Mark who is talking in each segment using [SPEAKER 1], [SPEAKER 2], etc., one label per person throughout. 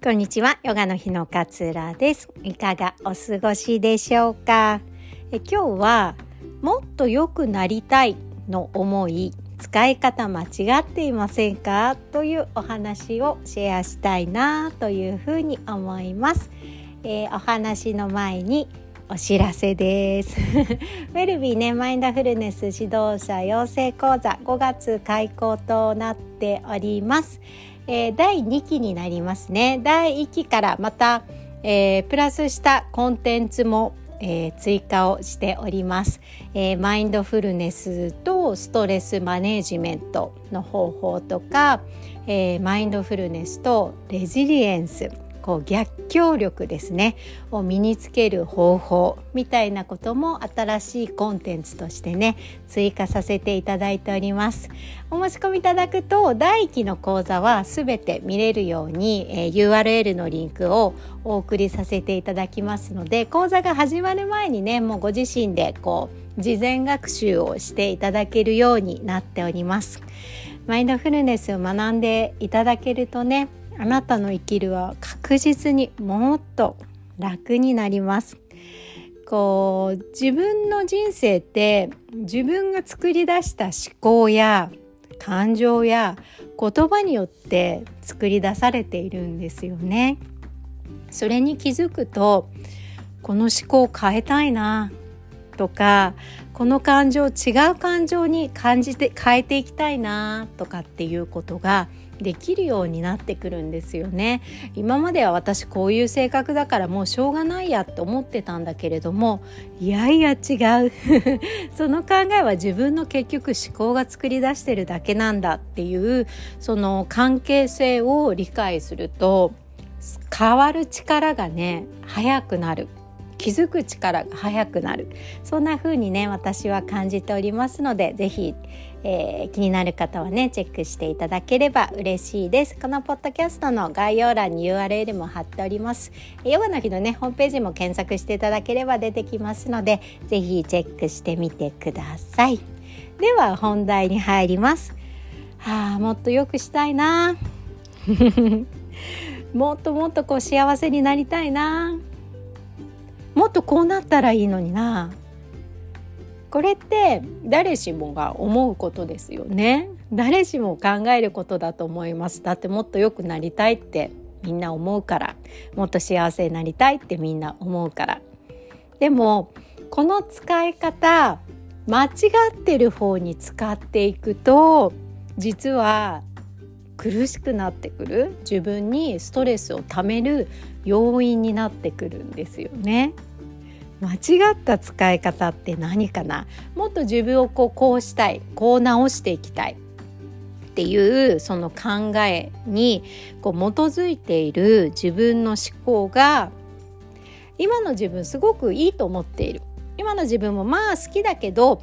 [SPEAKER 1] こんにちは、ヨガの日の勝浦です。いかがお過ごしでしょうか。今日はもっと良くなりたいの思い、使い方間違っていませんかというお話をシェアしたいなというふうに思います。お話の前にお知らせです。ウェルビーね、マインドフルネス指導者養成講座5月開講となっております。第2期になりますね。第1期からまた、プラスしたコンテンツも、追加をしております。マインドフルネスとストレスマネジメントの方法とか、マインドフルネスとレジリエンス、逆境力ですねを身につける方法みたいなことも新しいコンテンツとしてね追加させていただいております。お申し込みいただくと第1期の講座はすべて見れるように、URL のリンクをお送りさせていただきますので、講座が始まる前にねもうご自身で事前学習をしていただけるようになっております。マインドフルネスを学んでいただけるとね、あなたの生きるは確実にもっと楽になります。自分の人生って自分が作り出した思考や感情や言葉によって作り出されているんですよね。それに気づくと、この思考を変えたいなとか、この感情を違う感情に変えていきたいなとかっていうことができるようになってくるんですよね。今までは私こういう性格だからもうしょうがないやって思ってたんだけれども、いやいや違うその考えは自分の結局思考が作り出してるだけなんだっていうその関係性を理解すると、変わる力がね早くなる、気づく力が早くなる、そんな風にね私は感じておりますので、ぜひ、気になる方はねチェックしていただければ嬉しいです。このポッドキャストの概要欄に URL も貼っております。ヨガの日のねホームページも検索していただければ出てきますので、ぜひチェックしてみてください。では本題に入ります。もっと良くしたいなもっと幸せになりたいな、もっとこうなったらいいのにな。これって誰しもが思うことですよね。誰しも考えることだと思います。だってもっと良くなりたいってみんな思うから、もっと幸せになりたいってみんな思うから。でもこの使い方間違ってる方に使っていくと、実は苦しくなってくる、自分にストレスをためる要因になってくるんですよね。間違った使い方って何かな。もっと自分をこうしたい、こう直していきたいっていうその考えに基づいている自分の思考が、今の自分すごくいいと思っている、今の自分もまあ好きだけど、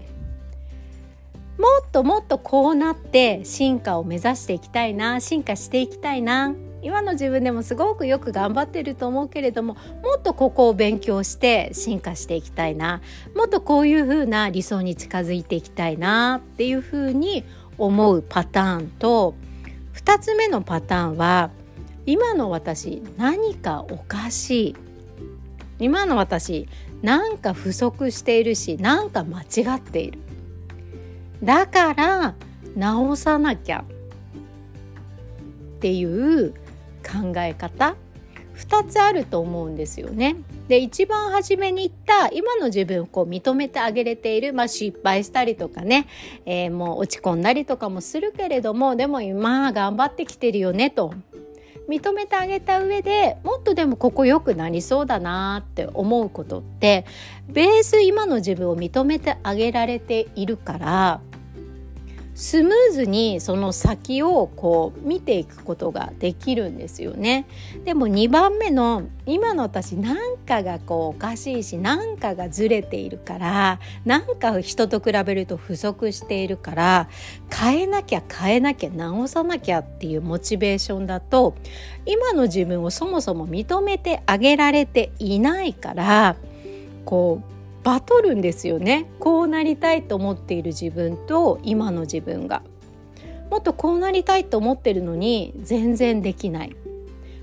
[SPEAKER 1] もっとこうなって進化を目指していきたいな、進化していきたいな、今の自分でもすごくよく頑張ってると思うけれども、もっとここを勉強して進化していきたいな、もっとこういう風な理想に近づいていきたいなっていう風に思うパターンと、2つ目のパターンは、今の私何かおかしい、今の私なんか不足しているし、なんか間違っている、だから直さなきゃっていう考え方、2つあると思うんですよね。で、一番初めに言った今の自分を認めてあげれている、失敗したりとかね、もう落ち込んだりとかもするけれども、でも今頑張ってきてるよねと認めてあげた上で、もっとでもここ良くなりそうだなって思うことって、ベース今の自分を認めてあげられているから、スムーズにその先を見ていくことができるんですよね。でも2番目の今の私なんかがおかしいし、なんかがずれているから、なんか人と比べると不足しているから、変えなきゃ直さなきゃっていうモチベーションだと、今の自分をそもそも認めてあげられていないから、バトるんですよね。こうなりたいと思っている自分と今の自分が、もっとこうなりたいと思ってるのに全然できない、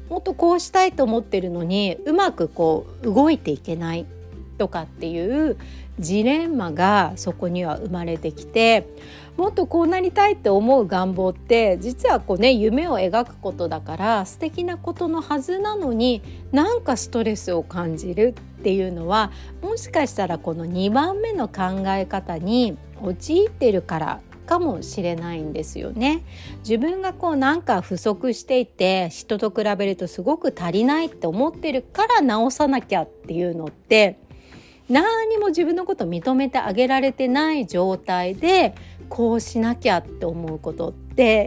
[SPEAKER 1] もっとこうしたいと思ってるのにうまくこう動いていけないとかっていうジレンマがそこには生まれてきて、もっとこうなりたいって思う願望って実はこうね、夢を描くことだから素敵なことのはずなのに、なんかストレスを感じるっていうのは、もしかしたらこの2番目の考え方に陥ってるからかもしれないんですよね。自分がこうなんか不足していて、人と比べるとすごく足りないって思ってるから直さなきゃっていうのって、何も自分のことを認めてあげられてない状態でこうしなきゃって思うことって、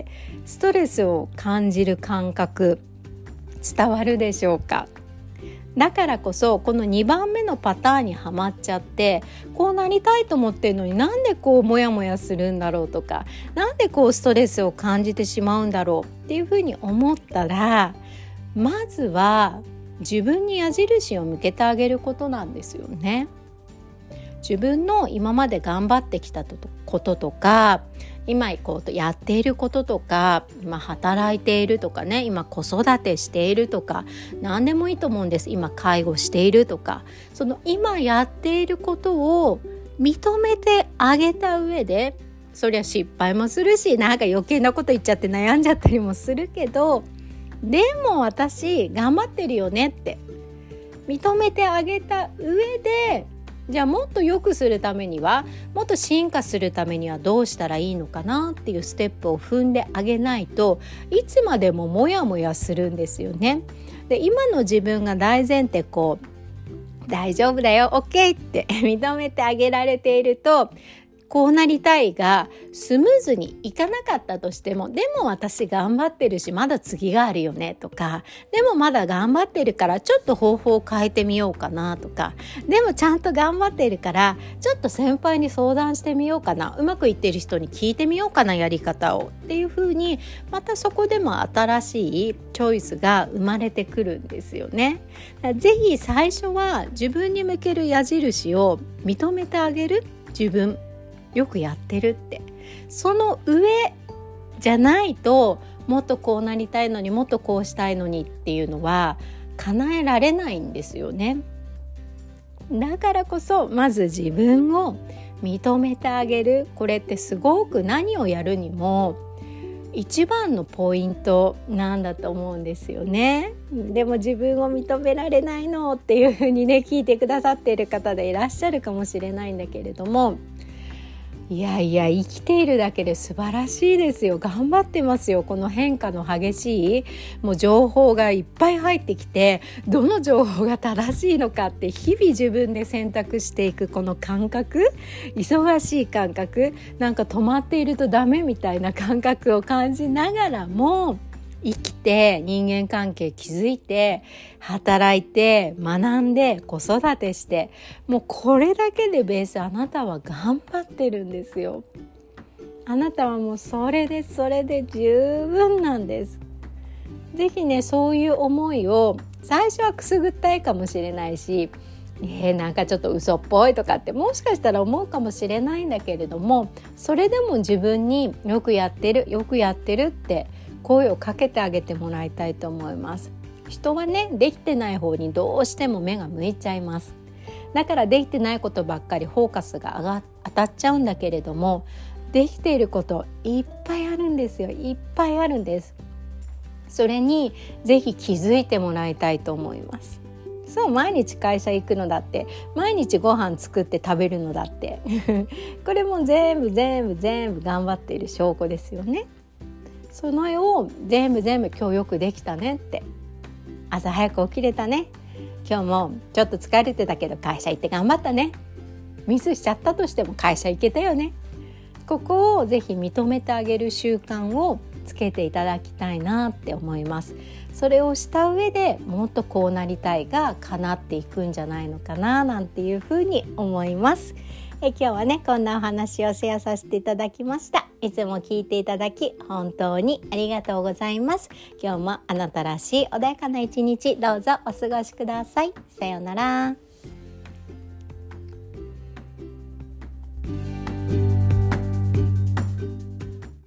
[SPEAKER 1] ストレスを感じる感覚伝わるでしょうか。だからこそこの2番目のパターンにはまっちゃって、こうなりたいと思ってるのになんでこうモヤモヤするんだろうとか、なんでこうストレスを感じてしまうんだろうっていうふうに思ったら、まずは自分に矢印を向けてあげることなんですよね。自分の今まで頑張ってきたこととか、今こうやっていることとか、今働いているとかね、今子育てしているとか、何でもいいと思うんです。今介護しているとか、その今やっていることを認めてあげた上で、そりゃ失敗もするし、なんか余計なこと言っちゃって悩んじゃったりもするけど、でも私頑張ってるよねって認めてあげた上で、じゃあもっと良くするためには、もっと進化するためにはどうしたらいいのかなっていうステップを踏んであげないといつまでもモヤモヤするんですよね。で、今の自分が大前提こう大丈夫だよ OK って認めてあげられていると、こうなりたいがスムーズにいかなかったとしても、でも私頑張ってるしまだ次があるよねとか、でもまだ頑張ってるからちょっと方法を変えてみようかなとか、でもちゃんと頑張ってるからちょっと先輩に相談してみようかな、うまくいってる人に聞いてみようかな、やり方をっていう風に、またそこでも新しいチョイスが生まれてくるんですよね。ぜひ最初は自分に向ける矢印を認めてあげる。自分よくやってるって、その上じゃないと、もっとこうなりたいのに、もっとこうしたいのにっていうのは叶えられないんですよね。だからこそまず自分を認めてあげる、これってすごく何をやるにも一番のポイントなんだと思うんですよね。でも自分を認められないのっていうふうにね、聞いてくださっている方でいらっしゃるかもしれないんだけれども、いやいや、生きているだけで素晴らしいですよ。頑張ってますよ。この変化の激しいもう情報がいっぱい入ってきて、どの情報が正しいのかって日々自分で選択していくこの感覚、忙しい感覚、なんか止まっているとダメみたいな感覚を感じながらも、生きて人間関係築いて働いて学んで子育てして、もうこれだけでベース、あなたは頑張ってるんですよ。あなたはもうそれで十分なんです。ぜひね、そういう思いを最初はくすぐったいかもしれないし、なんかちょっと嘘っぽいとかってもしかしたら思うかもしれないんだけれども、それでも自分によくやってるって声をかけてあげてもらいたいと思います。人はね、できてない方にどうしても目が向いちゃいます。だからできてないことばっかりフォーカスが当たっちゃうんだけれども、できていることいっぱいあるんですよ。いっぱいあるんです。それにぜひ気づいてもらいたいと思います。そう、毎日会社行くのだって、毎日ご飯作って食べるのだってこれも全部頑張っている証拠ですよね。その絵を全部今日よくできたねって、朝早く起きれたね、今日もちょっと疲れてたけど会社行って頑張ったね、ミスしちゃったとしても会社行けたよね、ここをぜひ認めてあげる習慣をつけていただきたいなって思います。それをした上でもっとこうなりたいが叶っていくんじゃないのかななんていうふうに思います。今日はね、こんなお話をシェアさせていただきました。いつも聞いていただき本当にありがとうございます。今日もあなたらしい穏やかな一日どうぞお過ごしください。さようなら。